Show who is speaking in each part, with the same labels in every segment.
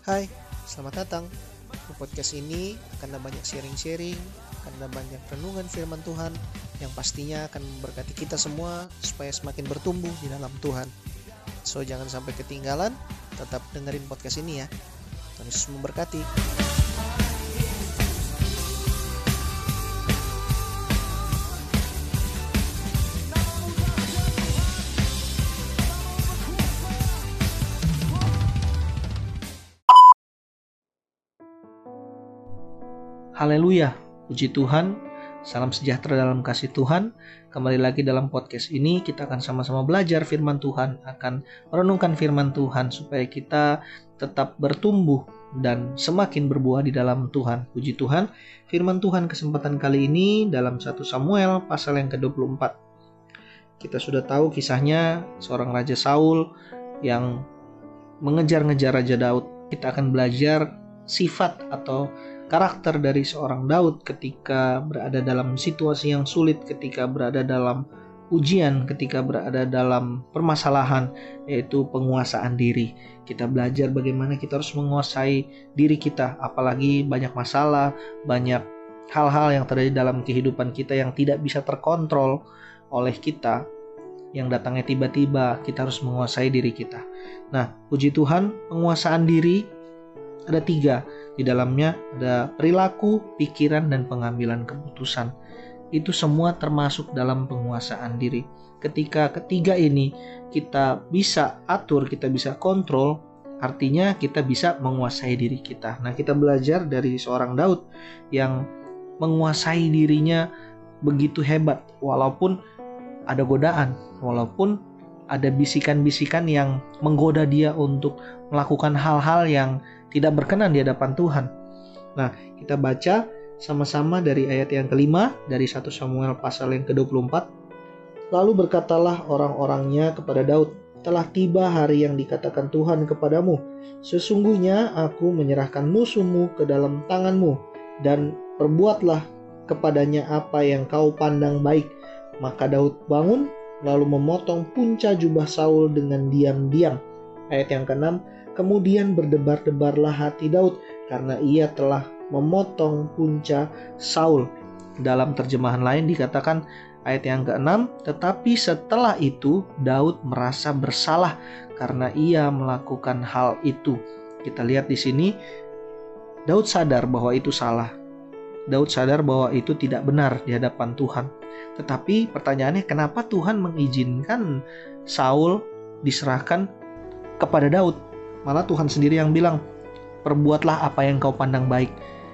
Speaker 1: Hai, selamat datang. Di podcast ini akan ada banyak sharing-sharing, akan ada banyak renungan firman Tuhan yang pastinya akan memberkati kita semua supaya semakin bertumbuh di dalam Tuhan. So, jangan sampai ketinggalan, tetap dengerin podcast ini ya. Tuhan Yesus memberkati.
Speaker 2: Haleluya, puji Tuhan, salam sejahtera dalam kasih Tuhan. Kembali lagi dalam podcast ini kita akan sama-sama belajar firman Tuhan, akan merenungkan firman Tuhan supaya kita tetap bertumbuh dan semakin berbuah di dalam Tuhan. Puji Tuhan, firman Tuhan kesempatan kali ini dalam 1 Samuel pasal yang ke-24. Kita sudah tahu kisahnya seorang Raja Saul yang mengejar-ngejar Raja Daud. Kita akan belajar sifat atau karakter dari seorang Daud ketika berada dalam situasi yang sulit, ketika berada dalam ujian, ketika berada dalam permasalahan, yaitu penguasaan diri. Kita belajar bagaimana kita harus menguasai diri kita, apalagi banyak masalah, banyak hal-hal yang terjadi dalam kehidupan kita yang tidak bisa terkontrol oleh kita, yang datangnya tiba-tiba. Kita harus menguasai diri kita. Nah, puji Tuhan, penguasaan diri ada 3. Di dalamnya ada perilaku, pikiran, dan pengambilan keputusan. Itu semua termasuk dalam penguasaan diri. Ketika ketiga ini kita bisa atur, kita bisa kontrol, artinya kita bisa menguasai diri kita. Nah, kita belajar dari seorang Daud yang menguasai dirinya begitu hebat, walaupun ada godaan, walaupun ada bisikan-bisikan yang menggoda dia untuk melakukan hal-hal yang tidak berkenan di hadapan Tuhan. Nah, kita baca sama-sama dari ayat yang kelima dari 1 Samuel pasal yang ke-24. Lalu berkatalah orang-orangnya kepada Daud, telah tiba hari yang dikatakan Tuhan kepadamu. Sesungguhnya aku menyerahkan musuhmu ke dalam tanganmu, dan perbuatlah kepadanya apa yang kau pandang baik. Maka Daud bangun, lalu memotong punca jubah Saul dengan diam-diam. Ayat yang ke-6, kemudian berdebar-debarlah hati Daud karena ia telah memotong punca Saul. Dalam terjemahan lain dikatakan ayat yang ke-6, tetapi setelah itu Daud merasa bersalah karena ia melakukan hal itu. Kita lihat di sini Daud sadar bahwa itu salah. Daud sadar bahwa itu tidak benar di hadapan Tuhan. Tetapi pertanyaannya, kenapa Tuhan mengizinkan Saul diserahkan kepada Daud? Malah Tuhan sendiri yang bilang, perbuatlah apa yang kau pandang baik.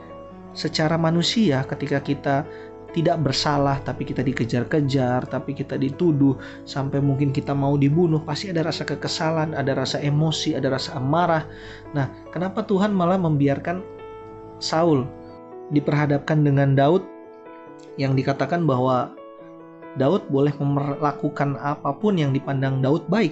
Speaker 2: Secara manusia, ketika kita tidak bersalah, tapi kita dikejar-kejar, tapi kita dituduh, sampai mungkin kita mau dibunuh, pasti ada rasa kekesalan, ada rasa emosi, ada rasa amarah. Nah, kenapa Tuhan malah membiarkan Saul diperhadapkan dengan Daud yang dikatakan bahwa Daud boleh melakukan apapun yang dipandang Daud baik?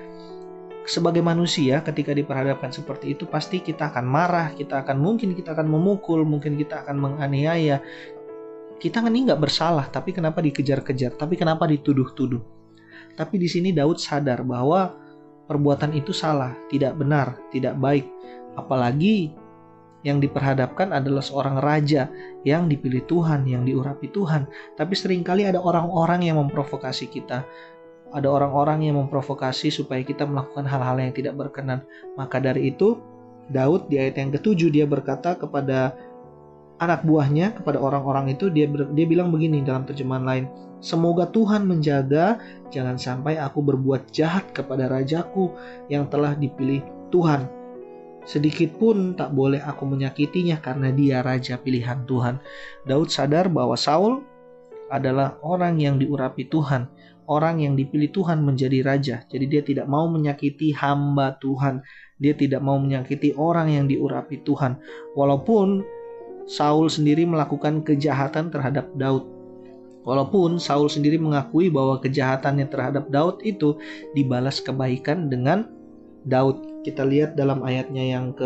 Speaker 2: Sebagai manusia, ketika diperhadapkan seperti itu, pasti kita akan marah, mungkin kita akan memukul, mungkin kita akan menganiaya. Kita ini nggak bersalah, tapi kenapa dikejar-kejar? Tapi kenapa dituduh-tuduh? Tapi di sini Daud sadar bahwa perbuatan itu salah, tidak benar, tidak baik. Apalagi yang diperhadapkan adalah seorang raja yang dipilih Tuhan, yang diurapi Tuhan. Tapi seringkali ada orang-orang yang memprovokasi kita. Ada orang-orang yang memprovokasi supaya kita melakukan hal-hal yang tidak berkenan. Maka dari itu, Daud di ayat yang ke-7 dia berkata kepada anak buahnya, kepada orang-orang itu, dia bilang begini dalam terjemahan lain, semoga Tuhan menjaga, jangan sampai aku berbuat jahat kepada rajaku yang telah dipilih Tuhan. Sedikit pun tak boleh aku menyakitinya karena dia raja pilihan Tuhan. Daud sadar bahwa Saul adalah orang yang diurapi Tuhan, orang yang dipilih Tuhan menjadi raja. Jadi dia tidak mau menyakiti hamba Tuhan. Dia tidak mau menyakiti orang yang diurapi Tuhan. Walaupun Saul sendiri melakukan kejahatan terhadap Daud. Walaupun Saul sendiri mengakui bahwa kejahatannya terhadap Daud itu dibalas kebaikan dengan Daud. Kita lihat dalam ayatnya yang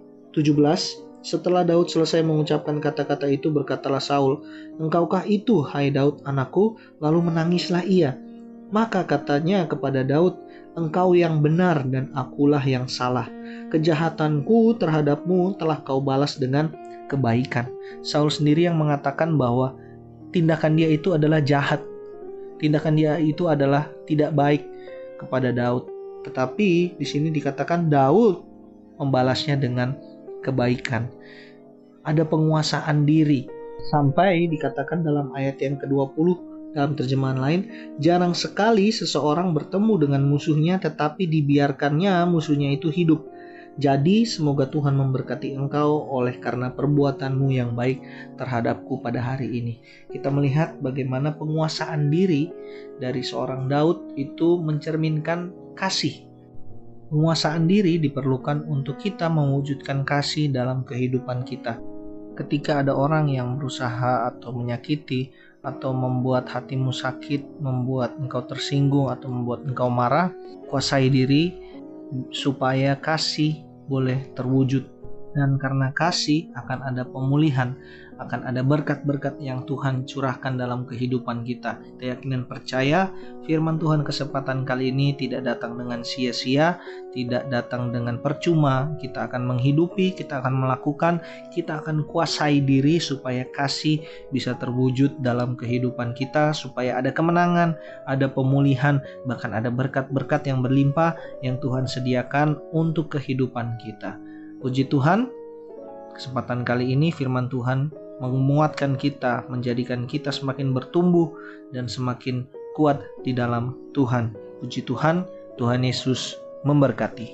Speaker 2: ke-17. Setelah Daud selesai mengucapkan kata-kata itu, berkatalah Saul, engkaukah itu, hai Daud anakku? Lalu menangislah ia. Maka katanya kepada Daud, engkau yang benar dan akulah yang salah. kejahatanku terhadapmu telah kau balas dengan kebaikan. Saul sendiri yang mengatakan bahwa tindakan dia itu adalah jahat. Tindakan dia itu adalah tidak baik kepada Daud. Tetapi di sini dikatakan Daud membalasnya dengan kebaikan. Ada penguasaan diri. Sampai dikatakan dalam ayat yang ke-20 dalam terjemahan lain, jarang sekali seseorang bertemu dengan musuhnya tetapi dibiarkannya musuhnya itu hidup. Jadi semoga Tuhan memberkati engkau oleh karena perbuatanmu yang baik terhadapku pada hari ini. Kita melihat bagaimana penguasaan diri dari seorang Daud itu mencerminkan kasih. Penguasaan diri diperlukan untuk kita mewujudkan kasih dalam kehidupan kita. Ketika ada orang yang berusaha atau menyakiti atau membuat hatimu sakit, membuat engkau tersinggung atau membuat engkau marah, kuasai diri supaya kasih boleh terwujud. Dan karena kasih akan ada pemulihan, akan ada berkat-berkat yang Tuhan curahkan dalam kehidupan kita. Kita yakin dan percaya firman Tuhan kesempatan kali ini tidak datang dengan sia-sia, tidak datang dengan percuma. Kita akan menghidupi, kita akan melakukan, kita akan kuasai diri supaya kasih bisa terwujud dalam kehidupan kita, supaya ada kemenangan, ada pemulihan, bahkan ada berkat-berkat yang berlimpah yang Tuhan sediakan untuk kehidupan kita. Puji Tuhan, kesempatan kali ini firman Tuhan menguatkan kita, menjadikan kita semakin bertumbuh dan semakin kuat di dalam Tuhan. Puji Tuhan, Tuhan Yesus memberkati.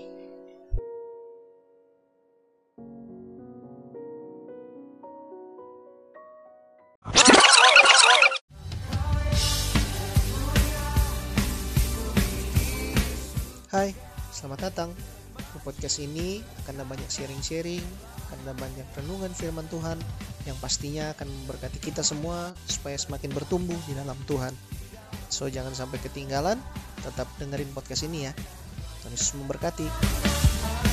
Speaker 1: Hai, selamat datang. Di podcast ini akan ada banyak sharing-sharing, akan ada banyak renungan firman Tuhan yang pastinya akan memberkati kita semua supaya semakin bertumbuh di dalam Tuhan. So jangan sampai ketinggalan, tetap dengerin podcast ini ya. Tuhan Yesus memberkati.